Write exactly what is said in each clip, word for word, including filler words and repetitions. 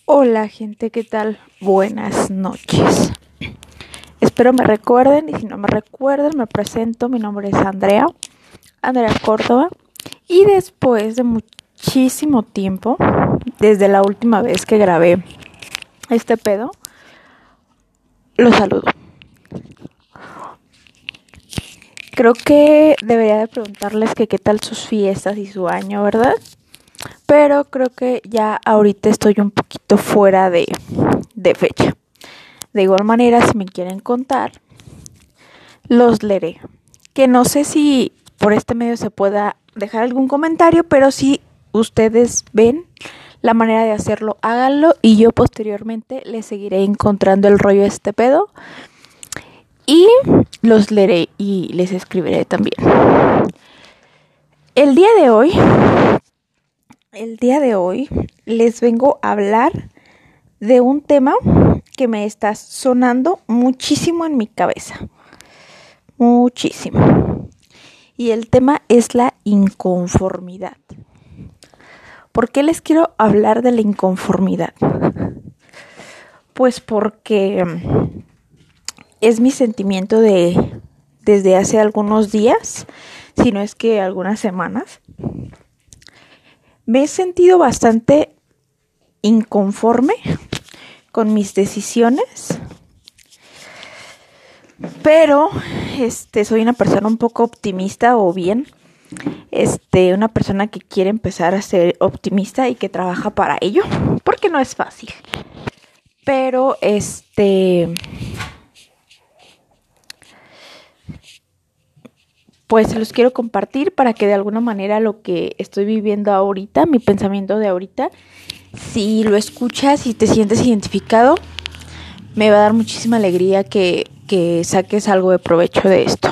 Hola gente, ¿qué tal? Buenas noches. Espero me recuerden y si no me recuerdan me presento. Mi nombre es Andrea, Andrea Córdoba. Y después de muchísimo tiempo, desde la última vez que grabé este pedo, los saludo. Creo que debería de preguntarles que qué tal sus fiestas y su año, ¿verdad? Pero creo que ya ahorita estoy un poquito fuera de, de fecha. De igual manera, si me quieren contar, los leeré. Que no sé si por este medio se pueda dejar algún comentario, pero si ustedes ven la manera de hacerlo, háganlo y yo posteriormente les seguiré encontrando el rollo de este pedo y los leeré y les escribiré también. El día de hoy, el día de hoy les vengo a hablar de un tema que me está sonando muchísimo en mi cabeza. Muchísimo. Y el tema es la inconformidad. ¿Por qué les quiero hablar de la inconformidad? Pues porque es mi sentimiento de desde hace algunos días, si no es que algunas semanas. Me he sentido bastante inconforme con mis decisiones, pero este soy una persona un poco optimista o bien este una persona que quiere empezar a ser optimista y que trabaja para ello, porque no es fácil. Pero este pues los quiero compartir para que de alguna manera lo que estoy viviendo ahorita, mi pensamiento de ahorita, si lo escuchas y te sientes identificado, me va a dar muchísima alegría que, que saques algo de provecho de esto.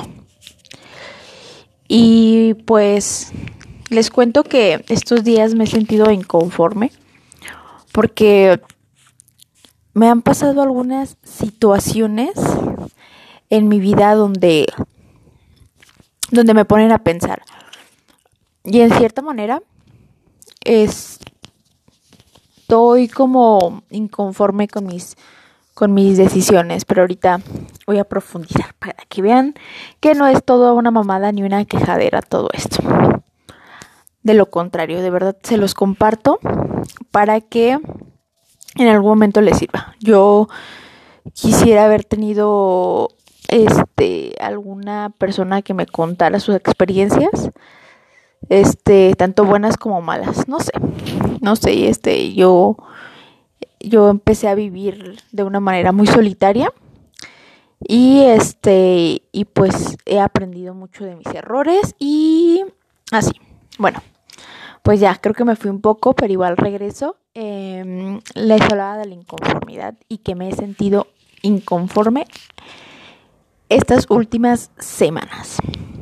Y pues les cuento que estos días me he sentido inconforme porque me han pasado algunas situaciones en mi vida donde, donde me ponen a pensar. Y en cierta manera es... Estoy como inconforme con mis, con mis decisiones, pero ahorita voy a profundizar para que vean que no es todo una mamada ni una quejadera todo esto. De lo contrario, de verdad se los comparto para que en algún momento les sirva. Yo quisiera haber tenido este alguna persona que me contara sus experiencias, este tanto buenas como malas, no sé. No sé, este, yo, yo empecé a vivir de una manera muy solitaria y este, y pues he aprendido mucho de mis errores y así. Bueno, pues ya, creo que me fui un poco, pero igual regreso. Eh, les hablaba de la inconformidad y que me he sentido inconforme estas últimas semanas.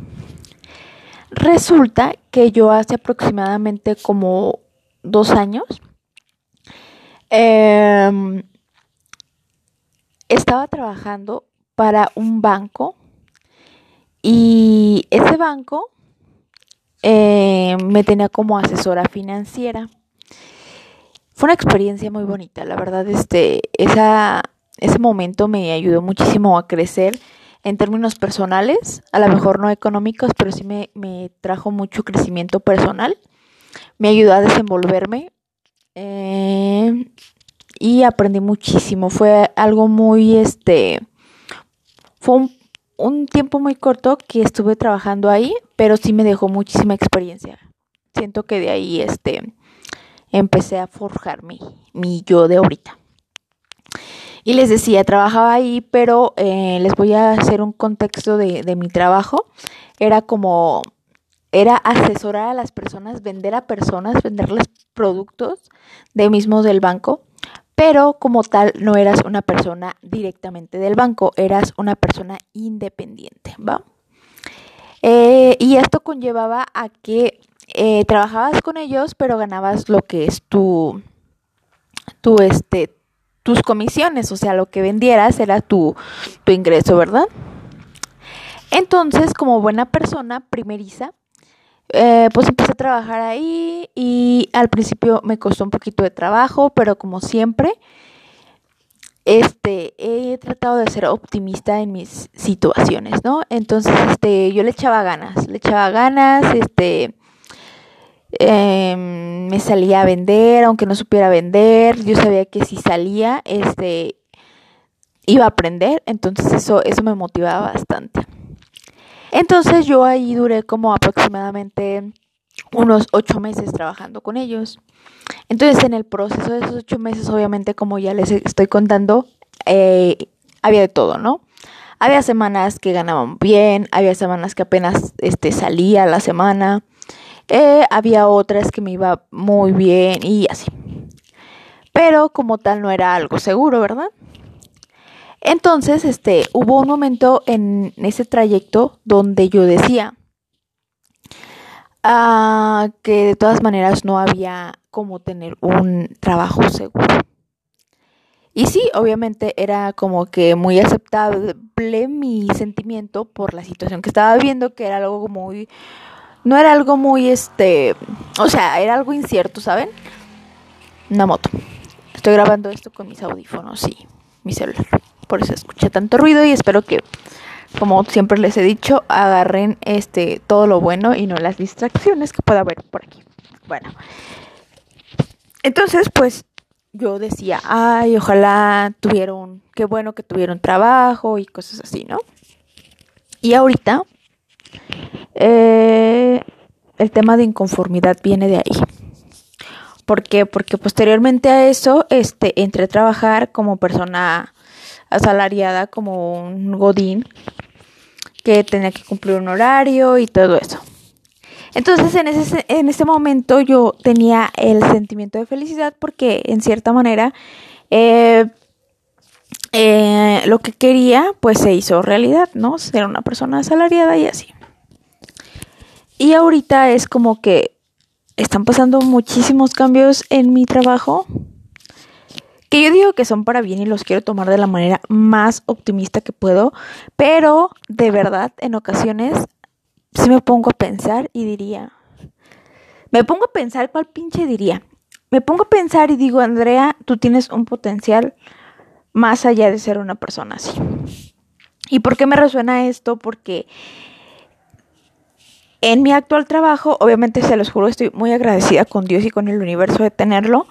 Resulta que yo hace aproximadamente como dos años eh, estaba trabajando para un banco y ese banco eh, me tenía como asesora financiera. Fue una experiencia muy bonita, la verdad. Este, esa, ese momento me ayudó muchísimo a crecer en términos personales, a lo mejor no económicos, pero sí me, me trajo mucho crecimiento personal. Me ayudó a desenvolverme. Eh, y aprendí muchísimo. Fue algo muy, este, fue un, un tiempo muy corto que estuve trabajando ahí, pero sí me dejó muchísima experiencia. Siento que de ahí, este, empecé a forjar mi, mi yo de ahorita. Y les decía, trabajaba ahí, pero eh, les voy a hacer un contexto de, de mi trabajo. Era como... Era asesorar a las personas, vender a personas, venderles productos de mismos del banco, pero como tal no eras una persona directamente del banco, eras una persona independiente, ¿va? Eh, y esto conllevaba a que eh, trabajabas con ellos, pero ganabas lo que es tu, tu este, tus comisiones, o sea, lo que vendieras era tu, tu ingreso, ¿verdad? Entonces, como buena persona primeriza, eh, pues empecé a trabajar ahí y al principio me costó un poquito de trabajo, pero como siempre, este, he tratado de ser optimista en mis situaciones, ¿no? Entonces, este, yo le echaba ganas, le echaba ganas, este, eh, me salía a vender, aunque no supiera vender, yo sabía que si salía, este, iba a aprender, entonces eso, eso me motivaba bastante. Entonces yo ahí duré como aproximadamente unos ocho meses trabajando con ellos. Entonces en el proceso de esos ocho meses, obviamente como ya les estoy contando, eh, había de todo, ¿no? Había semanas que ganaban bien, había semanas que apenas este, salía la semana, eh, había otras que me iba muy bien y así. Pero como tal no era algo seguro, ¿verdad? Entonces, este, hubo un momento en ese trayecto donde yo decía uh, que de todas maneras no había como tener un trabajo seguro. Y sí, obviamente era como que muy aceptable mi sentimiento por la situación que estaba viviendo, que era algo muy, no era algo muy, este, o sea, era algo incierto, ¿saben? Una moto. Estoy grabando esto con mis audífonos y mi celular. Por eso escuché tanto ruido y espero que, como siempre les he dicho, agarren este todo lo bueno y no las distracciones que pueda haber por aquí. Bueno, entonces pues yo decía, ay, ojalá tuvieron, qué bueno que tuvieron trabajo y cosas así, ¿no? Y ahorita eh, el tema de inconformidad viene de ahí. ¿Por qué? Porque posteriormente a eso, este, entré a trabajar como persona asalariada, como un godín, que tenía que cumplir un horario y todo eso. Entonces, en ese, en ese momento yo tenía el sentimiento de felicidad porque, en cierta manera, eh, eh, lo que quería, pues se hizo realidad, ¿no? Ser una persona asalariada y así. Y ahorita es como que están pasando muchísimos cambios en mi trabajo, que yo digo que son para bien y los quiero tomar de la manera más optimista que puedo, pero de verdad en ocasiones sí me pongo a pensar y diría, me pongo a pensar cuál pinche diría, me pongo a pensar y digo, Andrea, tú tienes un potencial más allá de ser una persona así. ¿Y por qué me resuena esto? Porque en mi actual trabajo, obviamente se los juro, estoy muy agradecida con Dios y con el universo de tenerlo,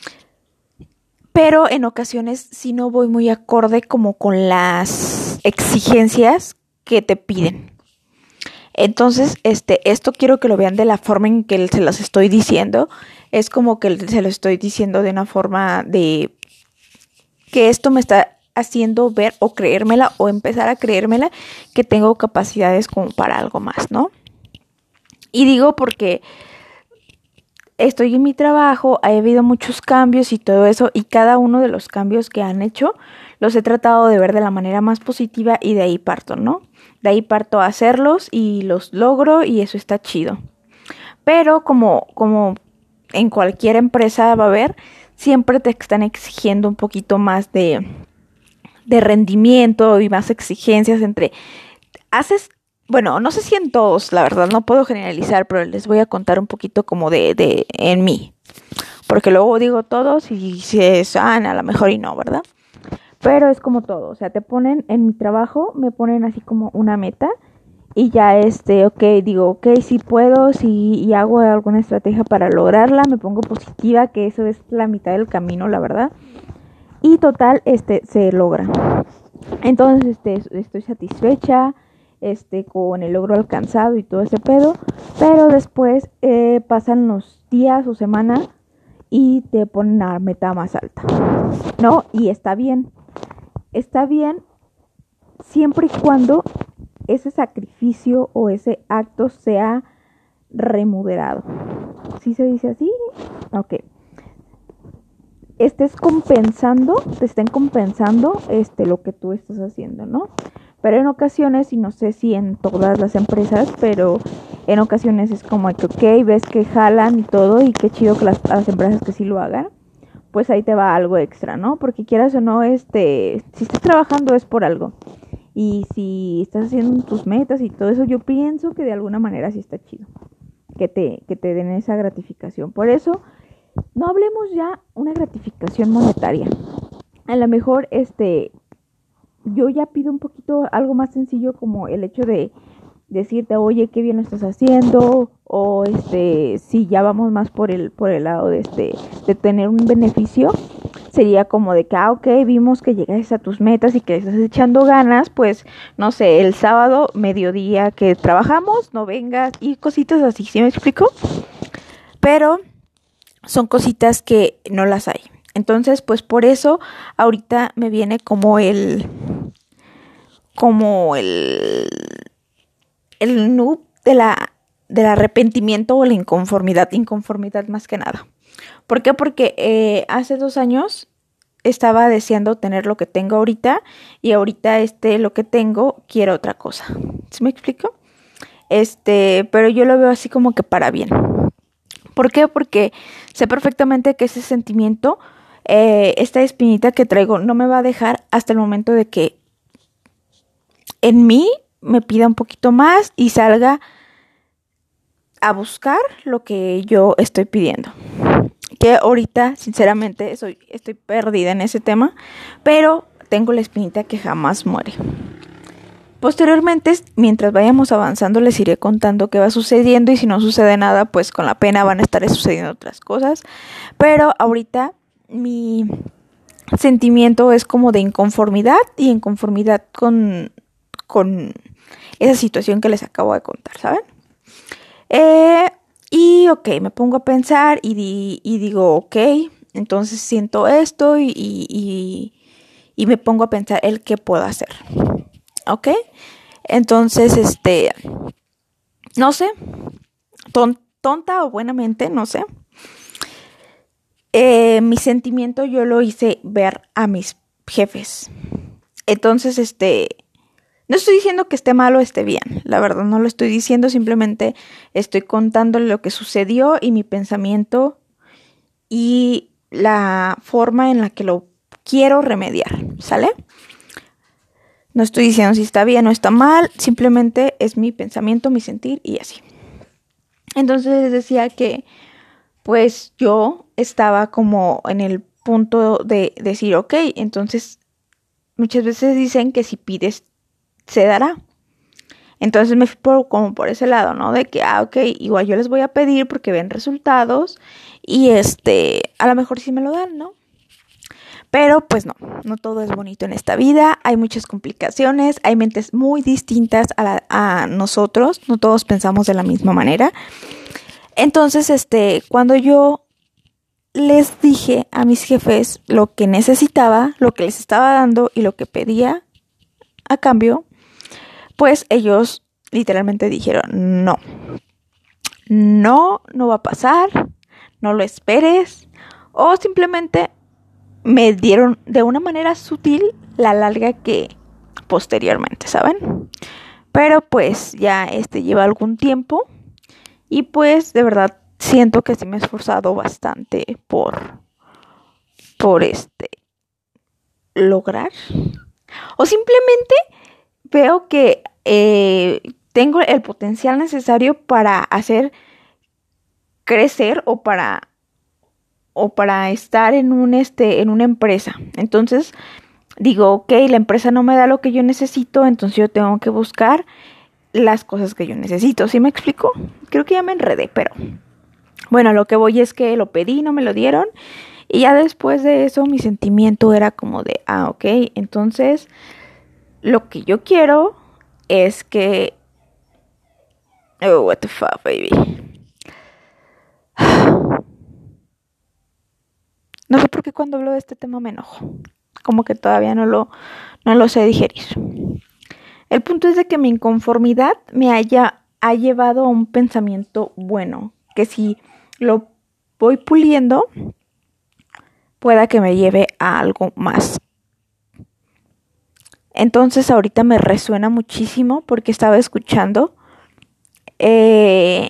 pero en ocasiones sí no voy muy acorde como con las exigencias que te piden. Entonces, este, esto quiero que lo vean de la forma en que se las estoy diciendo. Es como que se lo estoy diciendo de una forma de que esto me está haciendo ver o creérmela o empezar a creérmela que tengo capacidades como para algo más, ¿no? Y digo porque estoy en mi trabajo, ha habido muchos cambios y todo eso, y cada uno de los cambios que han hecho los he tratado de ver de la manera más positiva y de ahí parto, ¿no? De ahí parto a hacerlos y los logro y eso está chido. Pero como, como en cualquier empresa va a haber, siempre te están exigiendo un poquito más de, de rendimiento y más exigencias entre... Haces... Bueno, no sé si en todos, la verdad, no puedo generalizar, pero les voy a contar un poquito como de, de en mí. Porque luego digo todos y se saben a lo mejor y no, ¿verdad? Pero es como todo, o sea, te ponen, en mi trabajo, me ponen así como una meta y ya este, ok, digo, ok, sí puedo, sí, y hago alguna estrategia para lograrla, me pongo positiva, que eso es la mitad del camino, la verdad. Y total, este, se logra. Entonces, este, estoy satisfecha. Este, con el logro alcanzado y todo ese pedo, pero después eh, pasan los días o semanas y te ponen la meta más alta, ¿no? Y está bien, está bien siempre y cuando ese sacrificio o ese acto sea remunerado. ¿Sí se dice así? Ok. Estés compensando, te estén compensando este, lo que tú estás haciendo, ¿no? Pero en ocasiones, y no sé si en todas las empresas, pero en ocasiones es como que, ok, ves que jalan y todo, y qué chido que las, las empresas que sí lo hagan, pues ahí te va algo extra, ¿no? Porque quieras o no, este, si estás trabajando es por algo. Y si estás haciendo tus metas y todo eso, yo pienso que de alguna manera sí está chido. que te, que te den esa gratificación. Por eso, no hablemos ya una gratificación monetaria. A lo mejor, este, yo ya pido un poquito algo más sencillo, como el hecho de decirte, oye, qué bien lo estás haciendo, o este, si ya vamos más por el, por el lado de este, de tener un beneficio, sería como de que, ah, ok, vimos que llegaste a tus metas y que le estás echando ganas, pues, no sé, el sábado, mediodía que trabajamos, no vengas, y cositas así, ¿sí me explico? Pero son cositas que no las hay. Entonces, pues por eso ahorita me viene como el, como el, el noob de la, del arrepentimiento o la inconformidad, inconformidad más que nada. ¿Por qué? Porque eh, hace dos años estaba deseando tener lo que tengo ahorita y ahorita este, lo que tengo, quiero otra cosa. ¿Sí me explico? Este, pero yo lo veo así como que para bien. ¿Por qué? Porque sé perfectamente que ese sentimiento, eh, esta espinita que traigo, no me va a dejar hasta el momento de que en mí me pida un poquito más y salga a buscar lo que yo estoy pidiendo. Que ahorita, sinceramente, soy, estoy perdida en ese tema, pero tengo la espinita que jamás muere. Posteriormente, mientras vayamos avanzando, les iré contando qué va sucediendo y si no sucede nada, pues con la pena van a estar sucediendo otras cosas. Pero ahorita mi sentimiento es como de inconformidad y inconformidad con, con esa situación que les acabo de contar, ¿saben? Eh, y ok, me pongo a pensar y, di, y digo, ok, entonces siento esto y, y, y, y me pongo a pensar el qué puedo hacer. ¿Ok? Entonces, este, no sé, ton, tonta o buenamente, no sé. Eh, mi sentimiento yo lo hice ver a mis jefes. Entonces, este, no estoy diciendo que esté mal o esté bien. La verdad no lo estoy diciendo, simplemente estoy contándole lo que sucedió y mi pensamiento y la forma en la que lo quiero remediar, ¿sale? No estoy diciendo si está bien o está mal, simplemente es mi pensamiento, mi sentir y así. Entonces les decía que pues yo estaba como en el punto de decir, ok, entonces muchas veces dicen que si pides, se dará. Entonces me fui por, como por ese lado, ¿no? De que, ah, ok, igual yo les voy a pedir porque ven resultados y este, a lo mejor sí me lo dan, ¿no? Pero pues no, no todo es bonito en esta vida, hay muchas complicaciones, hay mentes muy distintas a, la, a nosotros, no todos pensamos de la misma manera. Entonces, este, cuando yo les dije a mis jefes lo que necesitaba, lo que les estaba dando y lo que pedía a cambio, pues ellos literalmente dijeron, no, no, no va a pasar, no lo esperes, o simplemente me dieron de una manera sutil la larga que posteriormente, ¿saben? Pero pues ya este lleva algún tiempo y pues de verdad siento que sí me he esforzado bastante por, por este, lograr. O simplemente veo que eh, tengo el potencial necesario para hacer crecer o para o para estar en un este en una empresa. Entonces digo, ok, la empresa no me da lo que yo necesito, entonces yo tengo que buscar las cosas que yo necesito. ¿Sí me explico? Creo que ya me enredé, pero bueno, lo que voy es que lo pedí, no me lo dieron y ya después de eso mi sentimiento era como de, ah, ok, entonces lo que yo quiero es que, oh, what the fuck, baby. No sé por qué cuando hablo de este tema me enojo. Como que todavía no lo, no lo sé digerir. El punto es de que mi inconformidad me haya ha llevado a un pensamiento bueno. Que si lo voy puliendo, pueda que me lleve a algo más. Entonces ahorita me resuena muchísimo porque estaba escuchando eh,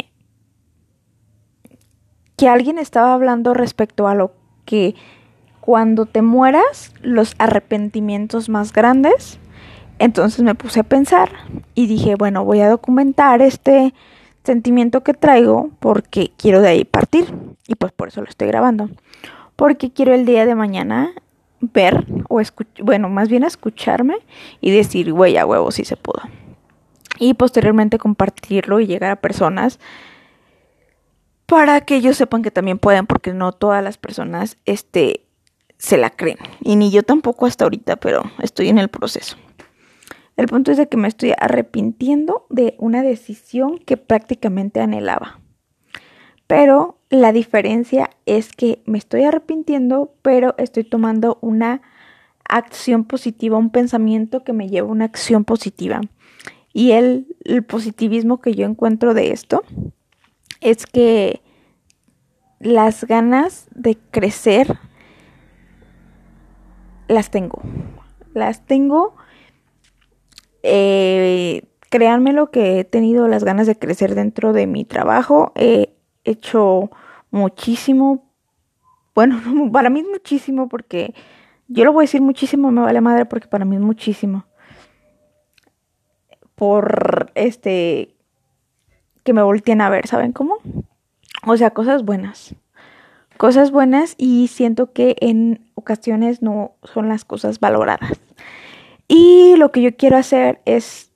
que alguien estaba hablando respecto a lo que cuando te mueras, los arrepentimientos más grandes. Entonces me puse a pensar y dije, bueno, voy a documentar este sentimiento que traigo porque quiero de ahí partir. Y pues por eso lo estoy grabando. Porque quiero el día de mañana ver o escuchar, bueno, más bien escucharme y decir, güey, a huevo, sí se pudo. Y posteriormente compartirlo y llegar a personas para que ellos sepan que también pueden, porque no todas las personas este, se la creen. Y ni yo tampoco hasta ahorita, pero estoy en el proceso. El punto es de que me estoy arrepintiendo de una decisión que prácticamente anhelaba. Pero la diferencia es que me estoy arrepintiendo, pero estoy tomando una acción positiva, un pensamiento que me lleva a una acción positiva. Y el, el positivismo que yo encuentro de esto es que las ganas de crecer las tengo. Las tengo. Eh, créanme lo que he tenido las ganas de crecer dentro de mi trabajo. He hecho muchísimo. Bueno, para mí es muchísimo porque yo lo voy a decir muchísimo, me vale madre porque para mí es muchísimo. Por este que me volteen a ver, ¿saben cómo? O sea, cosas buenas. Cosas buenas y siento que en ocasiones no son las cosas valoradas. Y lo que yo quiero hacer es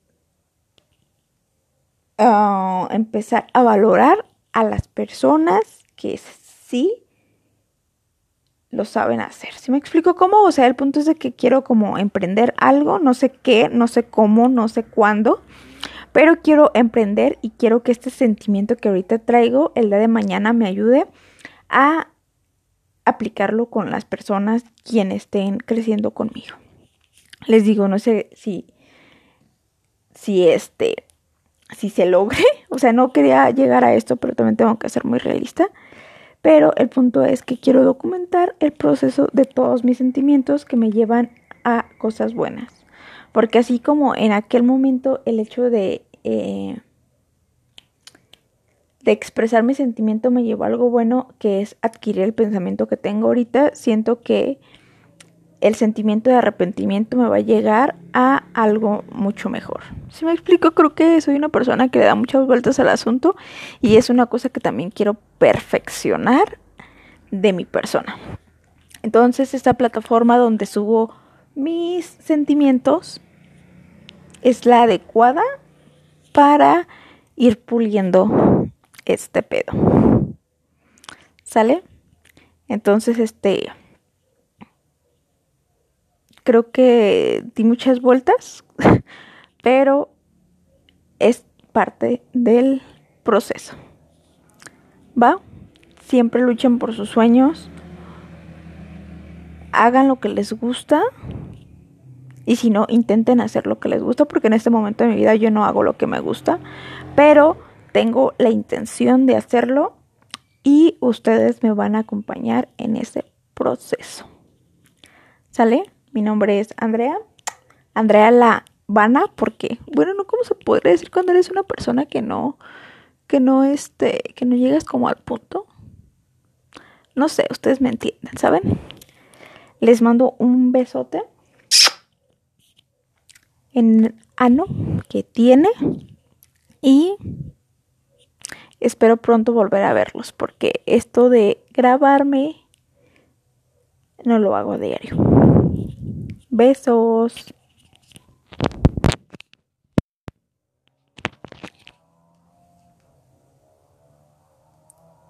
uh, empezar a valorar a las personas que sí lo saben hacer. ¿Sí me explico cómo? O sea, el punto es de que quiero como emprender algo, no sé qué, no sé cómo, no sé cuándo, pero quiero emprender y quiero que este sentimiento que ahorita traigo el día de mañana me ayude a aplicarlo con las personas quienes estén creciendo conmigo. Les digo, no sé si si este si se logre, o sea, no quería llegar a esto, pero también tengo que ser muy realista. Pero el punto es que quiero documentar el proceso de todos mis sentimientos que me llevan a cosas buenas. Porque así como en aquel momento el hecho de, eh, de expresar mi sentimiento me llevó a algo bueno, que es adquirir el pensamiento que tengo ahorita, siento que el sentimiento de arrepentimiento me va a llegar a algo mucho mejor. Si me explico, creo que soy una persona que le da muchas vueltas al asunto y es una cosa que también quiero perfeccionar de mi persona. Entonces, esta plataforma donde subo mis sentimientos es la adecuada para ir puliendo este pedo. ¿Sale? Entonces, este... creo que di muchas vueltas, pero es parte del proceso. ¿Va? Siempre luchen por sus sueños. Hagan lo que les gusta. Y si no, intenten hacer lo que les gusta, porque en este momento de mi vida yo no hago lo que me gusta, pero tengo la intención de hacerlo y ustedes me van a acompañar en ese proceso. ¿Sale? Mi nombre es Andrea. Andrea la Vana, porque, bueno, no, ¿cómo se podría decir cuando eres una persona que no, que no, este, que no llegas como al punto? No sé, ustedes me entienden, ¿saben? Les mando un besote en el ano que tiene y espero pronto volver a verlos, porque esto de grabarme no lo hago a diario. Besos.